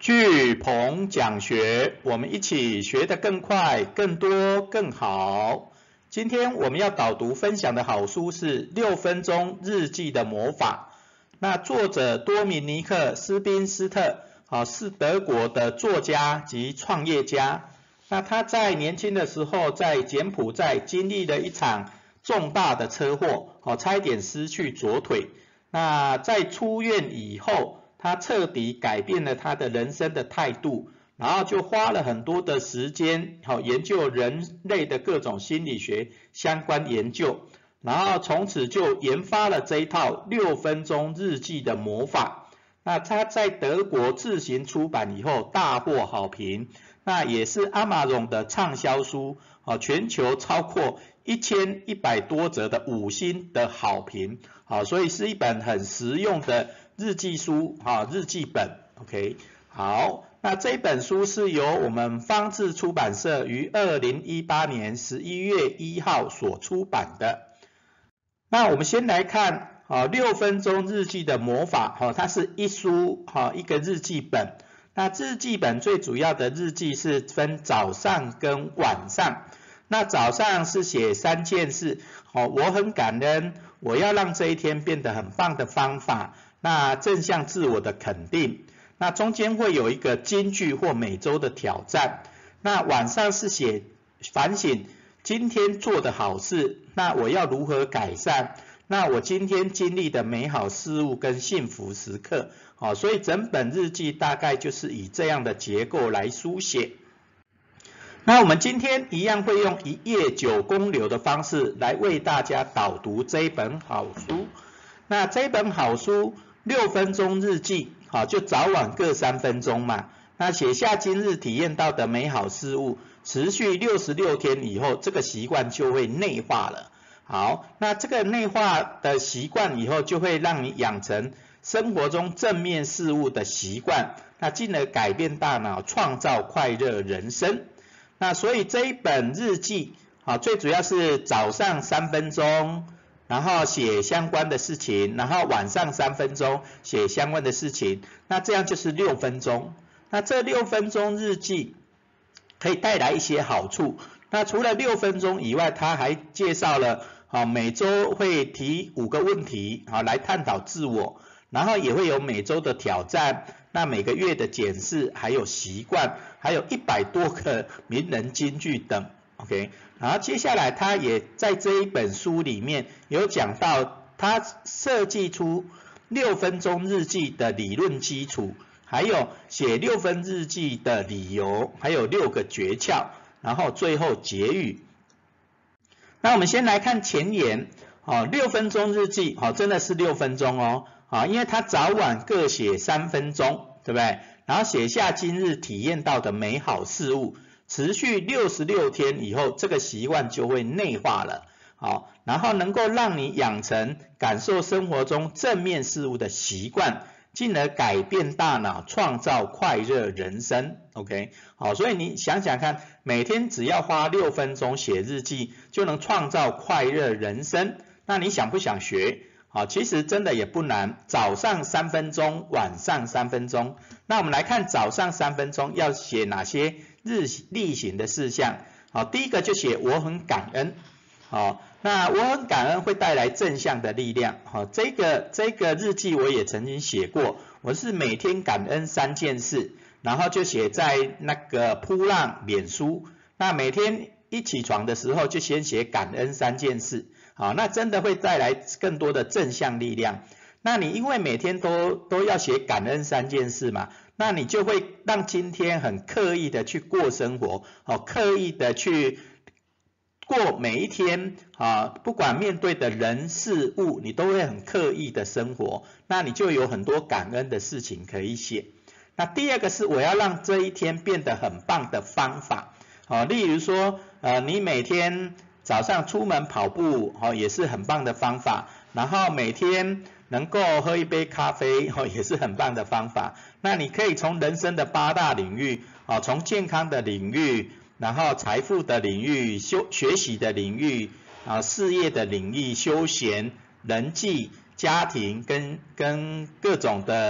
巨鹏讲学，我们一起学得更快、更多、更好。今天我们要导读分享的好书是《6分钟日记的魔法》。那作者多米尼克·斯宾斯特，是德国的作家及创业家。那他在年轻的时候在柬埔寨经历了一场重大的车祸，差一点失去左腿。那在出院以后，他彻底改变了他的人生的态度，然后就花了很多的时间，研究人类的各种心理学相关研究，然后从此就研发了这一套6分钟日记的魔法。那他在德国自行出版以后大获好评，那也是Amazon的畅销书，全球超过1100多则的5星的好评，所以是一本很实用的日记书，日记本 ，OK， 好，那这本书是由我们方智出版社于2018年11月1号所出版的。那我们先来看6分钟日记的魔法，它是一书，一个日记本。那日记本最主要的日记是分早上跟晚上。那早上是写3件事，我很感恩，我要让这一天变得很棒的方法，那正向自我的肯定。那中间会有一个金句或每周的挑战。那晚上是写反省今天做的好事，那我要如何改善？那我今天经历的美好事物跟幸福时刻，所以整本日记大概就是以这样的结构来书写。那我们今天一样会用1页9公流的方式来为大家导读这一本好书。那这本好书6分钟日记，就早晚各3分钟嘛。那写下今日体验到的美好事物，持续66天以后，这个习惯就会内化了。好，那这个内化的习惯以后，就会让你养成生活中正面事物的习惯，那进而改变大脑，创造快乐人生。那所以这一本日记，最主要是早上3分钟，然后写相关的事情，然后晚上3分钟写相关的事情，那这样就是6分钟。那这6分钟日记可以带来一些好处。那除了6分钟以外，他还介绍了每周会提5个问题来探讨自我，然后也会有每周的挑战，那每个月的检视，还有习惯，还有100多个名人金句等 ，OK。然后接下来他也在这一本书里面有讲到，他设计出6分钟日记的理论基础，还有写6分日记的理由，还有6个诀窍，然后最后结语。那我们先来看前言，6分钟日记，真的是6分钟哦，因为它早晚各写3分钟，对不对？然后写下今日体验到的美好事物，持续66天以后，这个习惯就会内化了，然后能够让你养成感受生活中正面事物的习惯，进而改变大脑，创造快乐人生 ，OK， 所以你想想看，每天只要花6分钟写日记，就能创造快乐人生，那你想不想学？其实真的也不难，早上3分钟，晚上3分钟。那我们来看早上3分钟要写哪些例行的事项。第一个就写我很感恩。那我很感恩会带来正向的力量。这个日记我也曾经写过，我是每天感恩3件事，然后就写在那个噗浪脸书。那每天一起床的时候就先写感恩3件事。那真的会带来更多的正向力量。那你因为每天都要写感恩3件事嘛，那你就会让今天很刻意的去过生活，刻意的去过每一天，不管面对的人事物，你都会很刻意的生活，那你就有很多感恩的事情可以写。那第二个是我要让这一天变得很棒的方法，例如说你每天早上出门跑步，也是很棒的方法，然后每天能够喝一杯咖啡，也是很棒的方法。那你可以从人生的8大领域，从健康的领域，然后财富的领域，学习的领域，事业的领域，休闲、人际、家庭跟各种的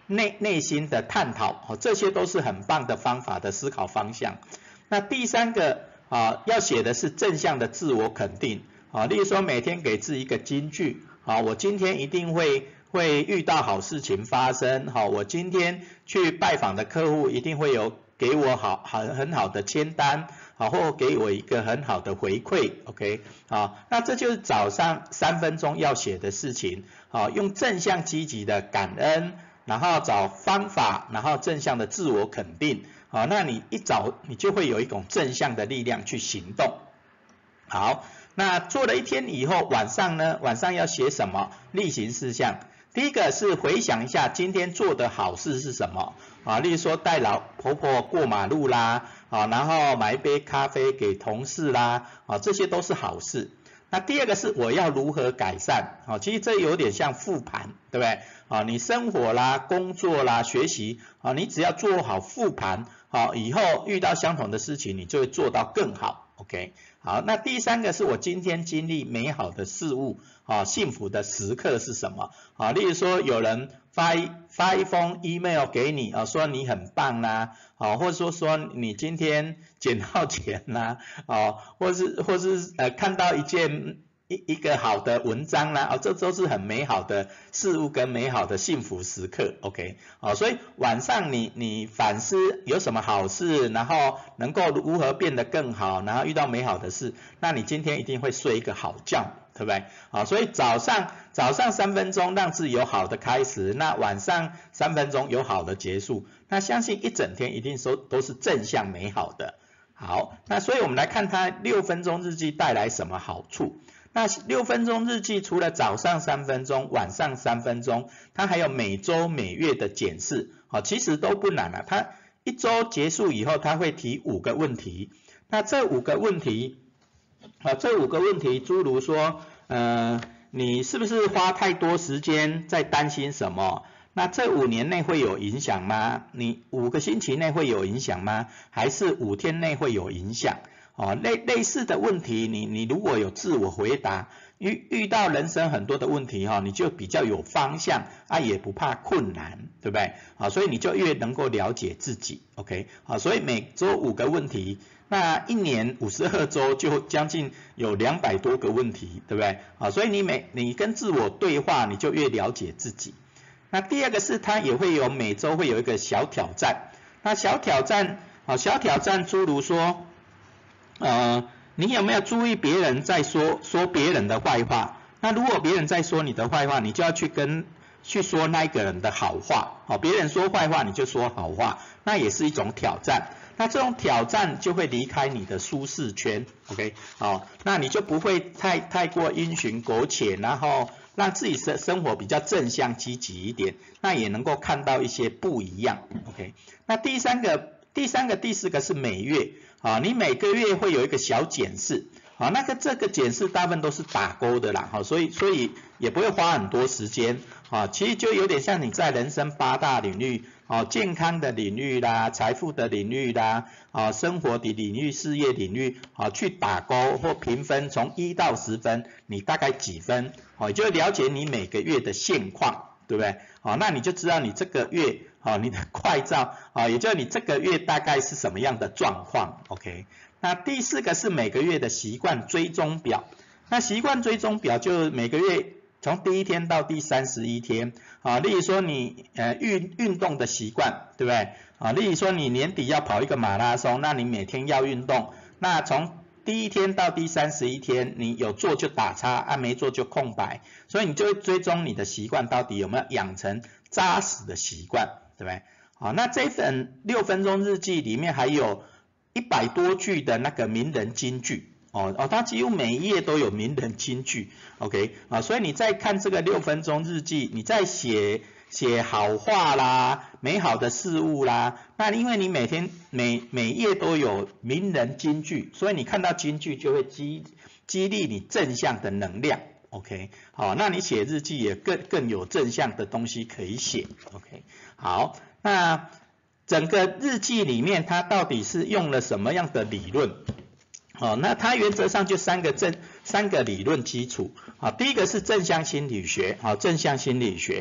内心的探讨，这些都是很棒的方法的思考方向。那第三个要写的是正向的自我肯定，例如说每天给自己一个金句，我今天一定会遇到好事情发生，我今天去拜访的客户一定会有给我很好的签单，或给我一个很好的回馈 ，OK， 那这就是早上3分钟要写的事情，用正向积极的感恩，然后找方法，然后正向的自我肯定，那你一早你就会有一种正向的力量去行动。好，那做了一天以后，晚上呢？晚上要写什么？例行事项。第一个是回想一下今天做的好事是什么，例如说带老婆婆过马路啦，然后买一杯咖啡给同事啦，这些都是好事。那第二个是我要如何改善，其实这有点像复盘，对不对？你生活啦、工作啦、学习，你只要做好复盘，以后遇到相同的事情，你就会做到更好 ，OK。好，那第三个是我今天经历美好的事物，幸福的时刻是什么？例如说有人发一封 email 给你，说你很棒啦，或者说你今天捡到钱啦，或是看到一个好的文章啦，这都是很美好的事物跟美好的幸福时刻 ，OK， 所以晚上你反思有什么好事，然后能够如何变得更好，然后遇到美好的事，那你今天一定会睡一个好觉，对不对？所以早上3分钟让自己有好的开始，那晚上3分钟有好的结束，那相信一整天一定都是正向美好的。好，那所以我们来看它6分钟日记带来什么好处。那6分钟日记除了早上3分钟，晚上3分钟，它还有每周每月的检视，其实都不难它一周结束以后，它会提5个问题。那这5个问题，诸如说，你是不是花太多时间在担心什么？那这5年内会有影响吗？你5个星期内会有影响吗？还是5天内会有影响？类似的问题，你如果有自我回答，遇到人生很多的问题你就比较有方向也不怕困难，对不对？所以你就越能够了解自己 ，OK， 所以每周5个问题，那一年52周就将近有200多个问题，对不对？所以你跟自我对话，你就越了解自己。那第二个是它也会有每周会有一个小挑战，那小挑战诸如说，你有没有注意别人在说别人的坏话？那如果别人在说你的坏话，你就要去说那一个人的好话，别人说坏话你就说好话，那也是一种挑战。那这种挑战就会离开你的舒适圈 ，OK， 那你就不会太过因循苟且，然后让自己生活比较正向积极一点，那也能够看到一些不一样 ，OK。那第4个是每月，你每个月会有一个小检视，这个检视大部分都是打勾的啦，所以也不会花很多时间，其实就有点像你在人生8大领域，健康的领域啦，财富的领域啦，生活的领域，事业领域，去打勾或评分，从1到10分，你大概几分，就了解你每个月的现况，对不对？那你就知道你这个月你的快照，也就是你这个月大概是什么样的状况 ，OK。那第4个是每个月的习惯追踪表，那习惯追踪表就每个月从第1天到第31天，例如说你运动的习惯，对不对？例如说你年底要跑一个马拉松，那你每天要运动，那从第1天到第31天，你有做就打叉，没做就空白，所以你就会追踪你的习惯到底有没有养成扎实的习惯，对不对？那这份6分钟日记里面还有100多句的那个名人金句，它几乎每一页都有名人金句 ，OK， 所以你在看这个6分钟日记，你在写好话啦，美好的事物啦，那因为你每页都有名人金句，所以你看到金句就会激励你正向的能量 ，OK， 那你写日记也更有正向的东西可以写 ，OK， 好，那整个日记里面它到底是用了什么样的理论？那它原则上就三个理论基础，第一个是正向心理学，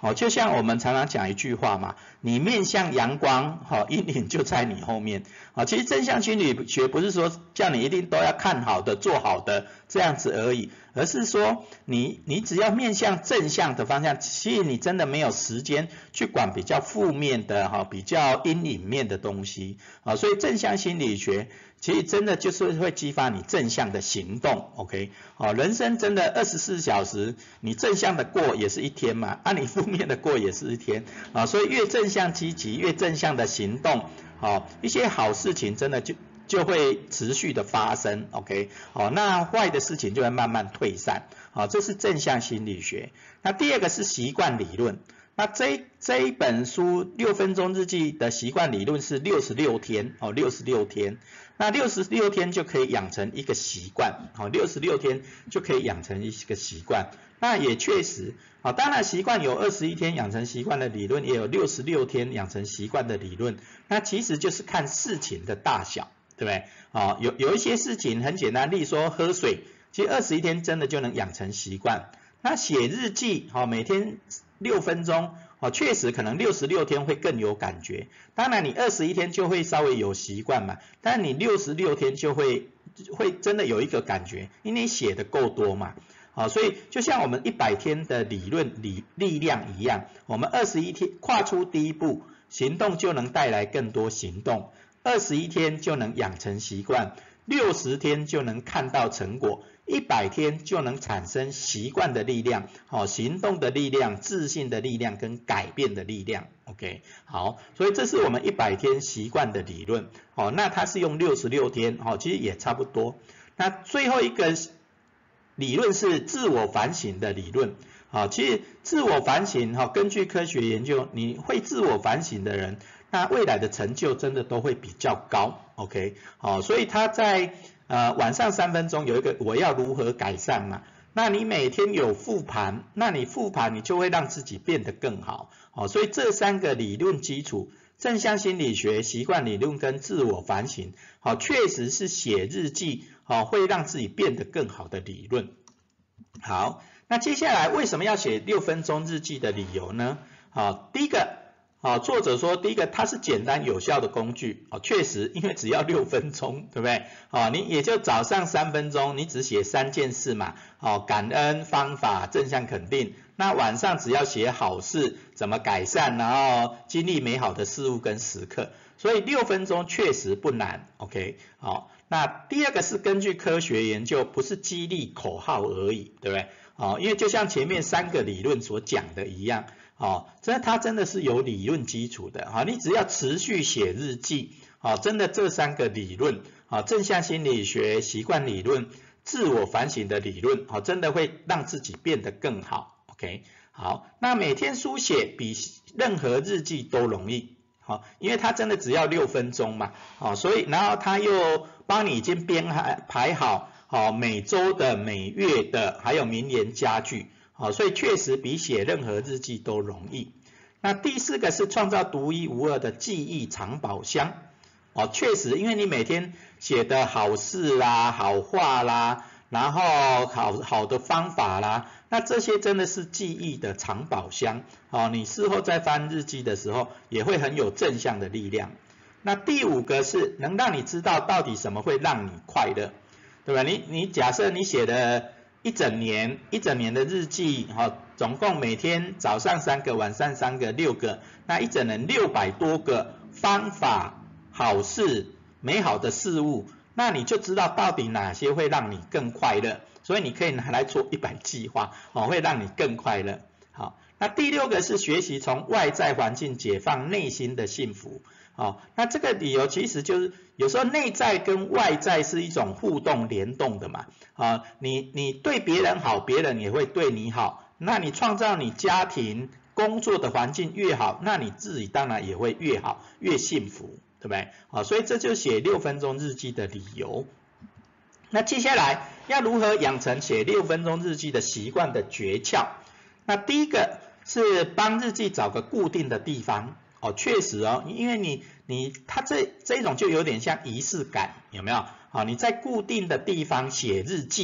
就像我们常常讲一句话嘛，你面向阳光，阴影就在你后面。其实正向心理学不是说叫你一定都要看好的、做好的这样子而已，而是说你只要面向正向的方向，其实你真的没有时间去管比较负面的比较阴影面的东西。所以正向心理学其实真的就是会激发你正向的行动 ，OK？ 人生真的24小时，你正向的过也是一天嘛，你负面的过也是一天，所以越正向积极，越正向的行动，一些好事情真的就会持续的发生 ，OK？ 那坏的事情就会慢慢退散，这是正向心理学。那第二个是习惯理论。那这一本书6分钟日记的习惯理论是66天，66天，那66天就可以养成一个习惯，66天就可以养成一个习惯。那也确实，当然习惯有21天养成习惯的理论，也有66天养成习惯的理论。那其实就是看事情的大小，对不对？有一些事情很简单，例如说喝水，其实21天真的就能养成习惯。那写日记，每天6分钟，确实可能66天会更有感觉。当然你21天就会稍微有习惯嘛，但你66天就会真的有一个感觉，因为你写的够多嘛。所以就像我们100天的理论力量一样，我们21天跨出第一步，行动就能带来更多行动，21天就能养成习惯，60天就能看到成果，100天就能产生习惯的力量，行动的力量、自信的力量跟改变的力量 ，OK， 好，所以这是我们100天习惯的理论，那它是用66天，其实也差不多。那最后一个理论是自我反省的理论，其实自我反省，根据科学研究，你会自我反省的人，那未来的成就真的都会比较高 ，OK， 所以他在晚上3分钟有一个我要如何改善嘛，那你每天有复盘，那你复盘你就会让自己变得更好，所以这3个理论基础，正向心理学、习惯理论跟自我反省，确实是写日记会让自己变得更好的理论。好，那接下来为什么要写6分钟日记的理由呢？第一个，作者说第一个它是简单有效的工具，确实，因为只要6分钟，对不对？你也就早上3分钟，你只写3件事嘛，感恩、方法、正向肯定。那晚上只要写好事，怎么改善，然后经历美好的事物跟时刻，所以6分钟确实不难 ，OK， 好。那第二个是根据科学研究，不是激励口号而已，对不对？因为就像前面3个理论所讲的一样，它真的是有理论基础的，你只要持续写日记，真的这3个理论，正向心理学、习惯理论、自我反省的理论，真的会让自己变得更好 ，OK， 好，那每天书写比任何日记都容易。因为它真的只要6分钟嘛，所以然后它又帮你已经编排好，每周的、每月的，还有名言佳句，所以确实比写任何日记都容易。那第4个是创造独一无二的记忆藏宝箱，确实，因为你每天写的好事啦、好话啦，然后好的方法啦，那这些真的是记忆的藏宝箱，你事后再翻日记的时候也会很有正向的力量。那第5个是能让你知道到底什么会让你快乐，对吧？你假设你写了一整年的日记，总共每天早上3个，晚上3个，6个，那一整年600多个方法、好事、美好的事物，那你就知道到底哪些会让你更快乐，所以你可以拿来做100计划，会让你更快乐。好，那第6个是学习从外在环境解放内心的幸福。那这个理由其实就是有时候内在跟外在是一种互动联动的嘛，你对别人好，别人也会对你好，那你创造你家庭工作的环境越好，那你自己当然也会越好，越幸福，对不对？所以这就写6分钟日记的理由。那接下来要如何养成写6分钟日记的习惯的诀窍？那第一个是帮日记找个固定的地方，确实因为它这种就有点像仪式感，有没有？你在固定的地方写日记，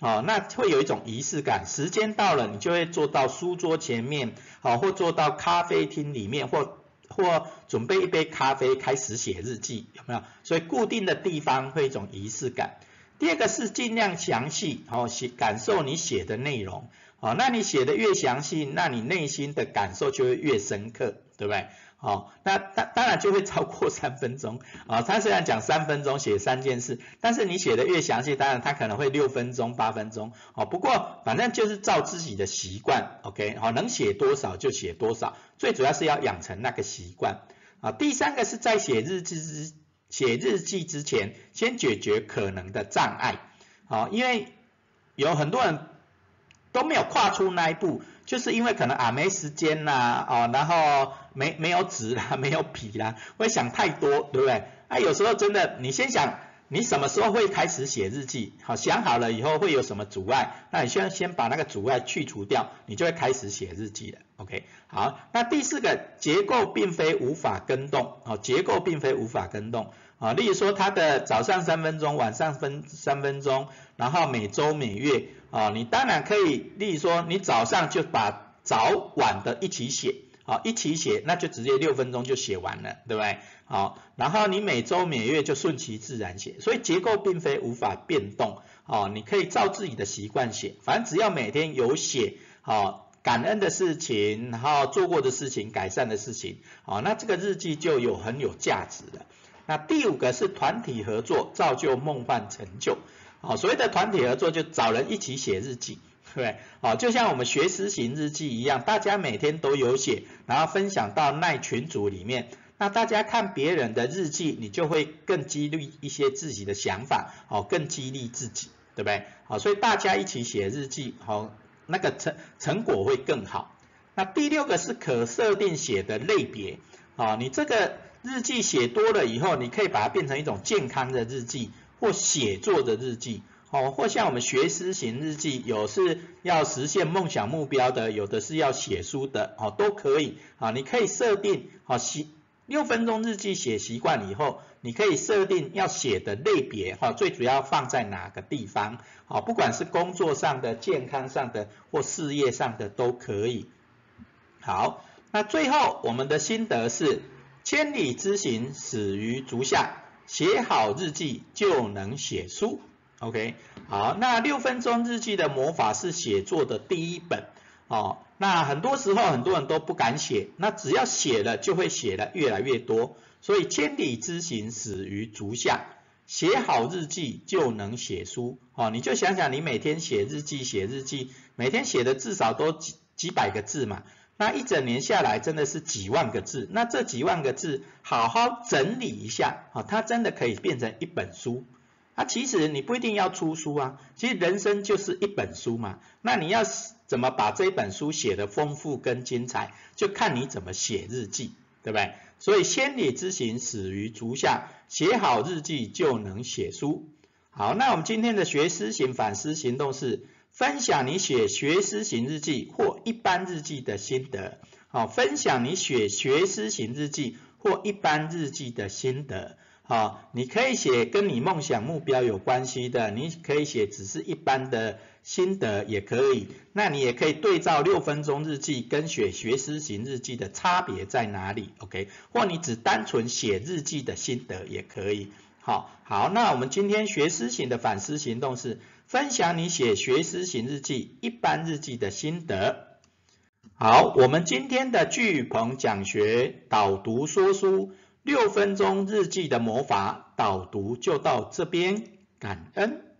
好，那会有一种仪式感，时间到了，你就会坐到书桌前面，好，或坐到咖啡厅里面，或准备一杯咖啡开始写日记，有没有？所以固定的地方会有一种仪式感。第二个是尽量详细，好，感受你写的内容，好，那你写的越详细，那你内心的感受就会越深刻，对不对？好，那当然就会超过3分钟啊。他虽然讲3分钟写3件事，但是你写的越详细，当然他可能会6分钟、8分钟。哦，不过反正就是照自己的习惯 ，OK， 好，能写多少就写多少，最主要是要养成那个习惯。啊，第三个是在写日记之前，先解决可能的障碍。好，因为有很多人都没有跨出那一步。就是因为可能没时间啦，哦，然后没有纸啦，没有笔啦，会想太多，对不对？啊，有时候真的，你先想你什么时候会开始写日记，好，想好了以后会有什么阻碍，那你先把那个阻碍去除掉，你就会开始写日记了 ，OK？ 好，那第4个结构并非无法更动，哦，结构并非无法更动，啊，例如说它的早上3分钟，晚上3分钟，然后每周每月。啊，你当然可以，例如说，你早上就把早晚的一起写，好，一起写，那就直接6分钟就写完了，对不对？好，然后你每周每月就顺其自然写，所以结构并非无法变动，哦，你可以照自己的习惯写，反正只要每天有写，好，感恩的事情，然后做过的事情，改善的事情，好，那这个日记就很有价值了。那第5个是团体合作，造就梦幻成就。好，所谓的团体合作就找人一起写日记，对不对？好，就像我们学思行日记一样，大家每天都有写，然后分享到赖群组里面，那大家看别人的日记，你就会更激励一些自己的想法，好，更激励自己，对不对？好，所以大家一起写日记，好，那个成果会更好。那第6个是可设定写的类别，啊，你这个日记写多了以后，你可以把它变成一种健康的日记。或写作的日记，哦，或像我们学思行日记，有是要实现梦想目标的，有的是要写书的，哦，都可以，啊，你可以设定，好，6分钟日记写习惯以后，你可以设定要写的类别，哈，最主要放在哪个地方，好，不管是工作上的、健康上的或事业上的都可以。好，那最后我们的心得是：千里之行，始于足下。写好日记就能写书 ，OK， 好，那6分钟日记的魔法是写作的第1本，哦，那很多时候很多人都不敢写，那只要写了就会写的越来越多，所以千里之行始于足下，写好日记就能写书，哦，你就想想你每天写日记，每天写的至少都几百个字嘛。那一整年下来真的是几万个字，那这几万个字好好整理一下，它真的可以变成一本书。其实你不一定要出书啊，其实人生就是一本书嘛。那你要怎么把这本书写得丰富跟精彩，就看你怎么写日记，对不对？所以千里之行始于足下，写好日记就能写书。好，那我们今天的学思行反思行动是分享你写学思行日记或一般日记的心得，好，分享你写学思行日记或一般日记的心得，好，你可以写跟你梦想目标有关系的，你可以写只是一般的心得也可以，那你也可以对照6分钟日记跟写学思行日记的差别在哪里 ，OK， 或你只单纯写日记的心得也可以。好，那我们今天学思行的反思行动是分享你写学思行日记、一般日记的心得。好，我们今天的聚鹏讲学导读说书6分钟日记的魔法导读就到这边，感恩。